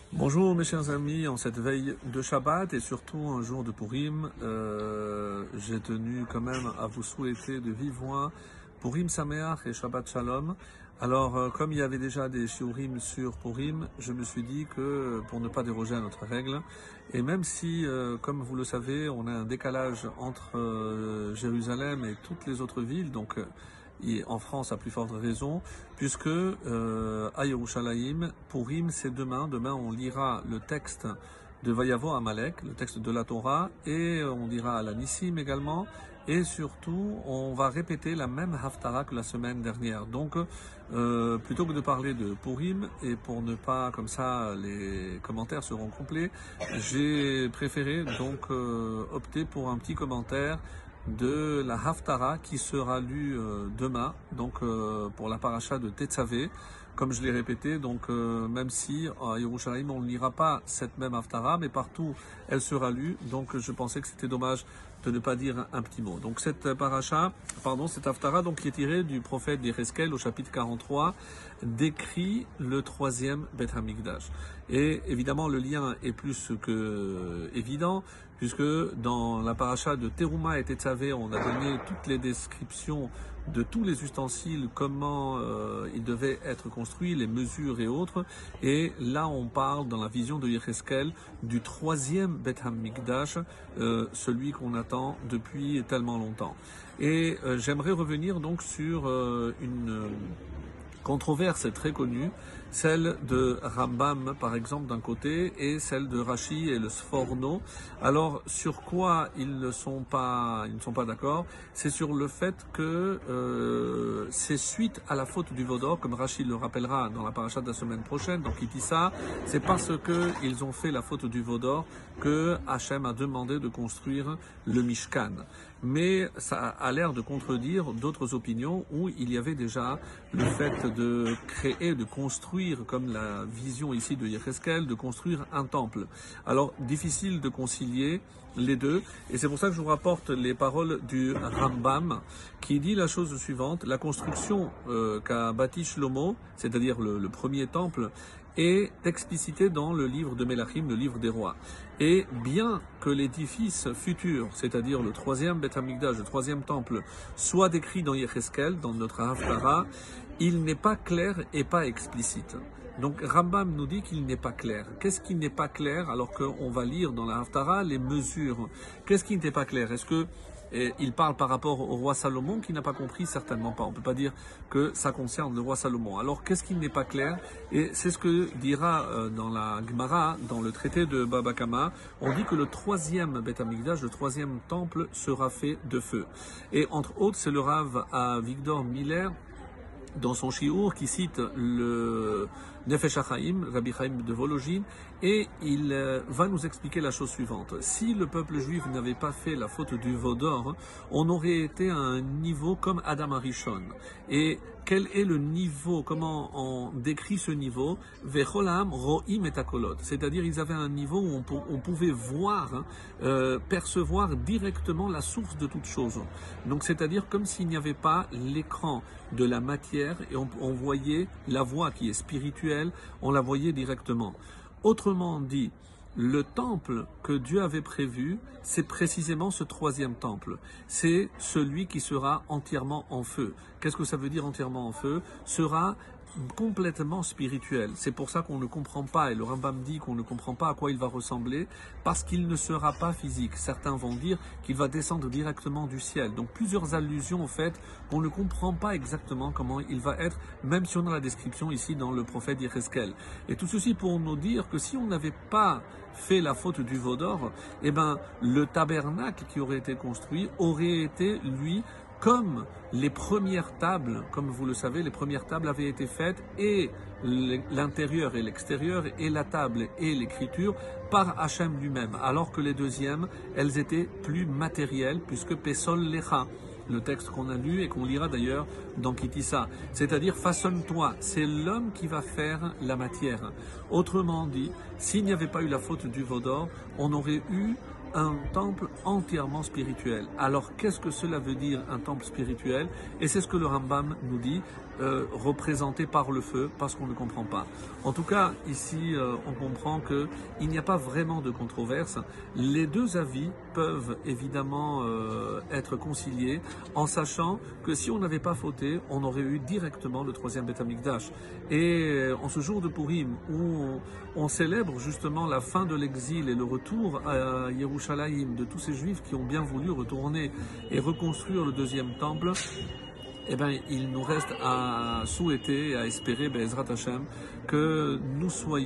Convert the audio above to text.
Bonjour mes chers amis, en cette veille de Shabbat et surtout un jour de Purim, j'ai tenu quand même à vous souhaiter de vive voix Purim Sameach et Shabbat Shalom. Alors comme il y avait déjà des shiurim sur Purim, je me suis dit que pour ne pas déroger à notre règle, et même si comme vous le savez on a un décalage entre Jérusalem et toutes les autres villes, donc et en France à plus forte raison, puisque à Yerushalayim, Purim c'est demain. Demain on lira le texte de Vayavo Amalek, le texte de la Torah, et on dira la Nissim également, et surtout on va répéter la même Haftara que la semaine dernière. Donc plutôt que de parler de Purim, et pour ne pas, comme ça les commentaires seront complets, j'ai préféré donc opter pour un petit commentaire de la Haftara qui sera lue demain, donc pour la paracha de Tetzavé, comme je l'ai répété, donc même si à Yerushalayim on ne lira pas cette même Haftara, mais partout elle sera lue, donc je pensais que c'était dommage de ne pas dire un petit mot. Donc cette cette Haftara, donc qui est tirée du prophète Yecheskel au chapitre 43, décrit le troisième Beth Hamikdash. Et évidemment le lien est plus que évident, puisque dans la paracha de Teruma et Tetzavé, on a donné toutes les descriptions de tous les ustensiles, comment ils devaient être construits, les mesures et autres. Et là, on parle dans la vision de Yecheskel du troisième Beth Hamikdash, celui qu'on attend depuis tellement longtemps. Et j'aimerais revenir donc sur une controverse très connue, celle de Rambam par exemple d'un côté et celle de Rashi et le Sforno. Alors sur quoi ils ne sont pas d'accord, c'est sur le fait que c'est suite à la faute du Vaudor, comme Rashi le rappellera dans la paracha de la semaine prochaine, donc Kitissa, c'est parce que ils ont fait la faute du Vaudor que Hachem a demandé de construire le Mishkan. Mais ça a l'air de contredire d'autres opinions où il y avait déjà le fait de créer, de construire, comme la vision ici de Yecheskel, de construire un temple. Alors, difficile de concilier les deux, et c'est pour ça que je vous rapporte les paroles du Rambam, qui dit la chose suivante: la construction qu'a bâti Shlomo, c'est-à-dire le premier temple, est explicité dans le livre de Melachim, le livre des rois. Et bien que l'édifice futur, c'est-à-dire le troisième Beth Hamikdash, le troisième temple, soit décrit dans Yecheskel, dans notre Haftara, il n'est pas clair et pas explicite. Donc Rambam nous dit qu'il n'est pas clair. Qu'est-ce qui n'est pas clair alors qu'on va lire dans la Haftara les mesures? Qu'est-ce qui n'était pas clair? Est-ce que il parle par rapport au roi Salomon qui n'a pas compris? Certainement pas. On ne peut pas dire que ça concerne le roi Salomon. Alors qu'est-ce qui n'est pas clair? Et c'est ce que dira dans la Gemara, dans le traité de Baba Kama, on dit que le troisième Beth Hamikdash, le troisième temple, sera fait de feu. Et entre autres, c'est le Rav à Victor Miller, dans son shiur, qui cite le Nefesh HaChaim, Rabbi Chaim de Volojine, et il va nous expliquer la chose suivante. Si le peuple juif n'avait pas fait la faute du Vaudor, on aurait été à un niveau comme Adam Arishon. Et quel est le niveau? Comment on décrit ce niveau? Vecholam ro'im et akolot. C'est-à-dire, ils avaient un niveau où on pouvait voir, percevoir directement la source de toute chose. Donc, c'est-à-dire comme s'il n'y avait pas l'écran de la matière et on voyait la voie qui est spirituelle, on la voyait directement. Autrement dit, le temple que Dieu avait prévu, c'est précisément ce troisième temple. C'est celui qui sera entièrement en feu. Qu'est-ce que ça veut dire entièrement en feu? Sera complètement spirituel. C'est pour ça qu'on ne comprend pas, et le Rambam dit qu'on ne comprend pas à quoi il va ressembler, parce qu'il ne sera pas physique. Certains vont dire qu'il va descendre directement du ciel. Donc plusieurs allusions au fait qu'on ne comprend pas exactement comment il va être, même si on a la description ici dans le prophète Yecheskel. Et tout ceci pour nous dire que si on n'avait pas fait la faute du Vaudor, eh ben, le tabernacle qui aurait été construit aurait été, lui, comme les premières tables, comme vous le savez, les premières tables avaient été faites, et l'intérieur et l'extérieur, et la table et l'écriture, par Hachem lui-même, alors que les deuxièmes, elles étaient plus matérielles, puisque Pesol Lecha, le texte qu'on a lu et qu'on lira d'ailleurs dans Kitissa, c'est-à-dire façonne-toi, c'est l'homme qui va faire la matière. Autrement dit, s'il n'y avait pas eu la faute du Vaudor, on aurait eu un temple entièrement spirituel. Alors qu'est-ce que cela veut dire, un temple spirituel? Et c'est ce que le Rambam nous dit. représentés par le feu parce qu'on ne comprend pas. En tout cas, ici, on comprend qu'il n'y a pas vraiment de controverse. Les deux avis peuvent évidemment être conciliés en sachant que si on n'avait pas fauté, on aurait eu directement le troisième Beth Amikdash. Et en ce jour de Purim où on célèbre justement la fin de l'exil et le retour à Yerushalayim de tous ces juifs qui ont bien voulu retourner et reconstruire le deuxième temple, eh bien, il nous reste à souhaiter et à espérer, Be'ezrat Hashem, que nous soyons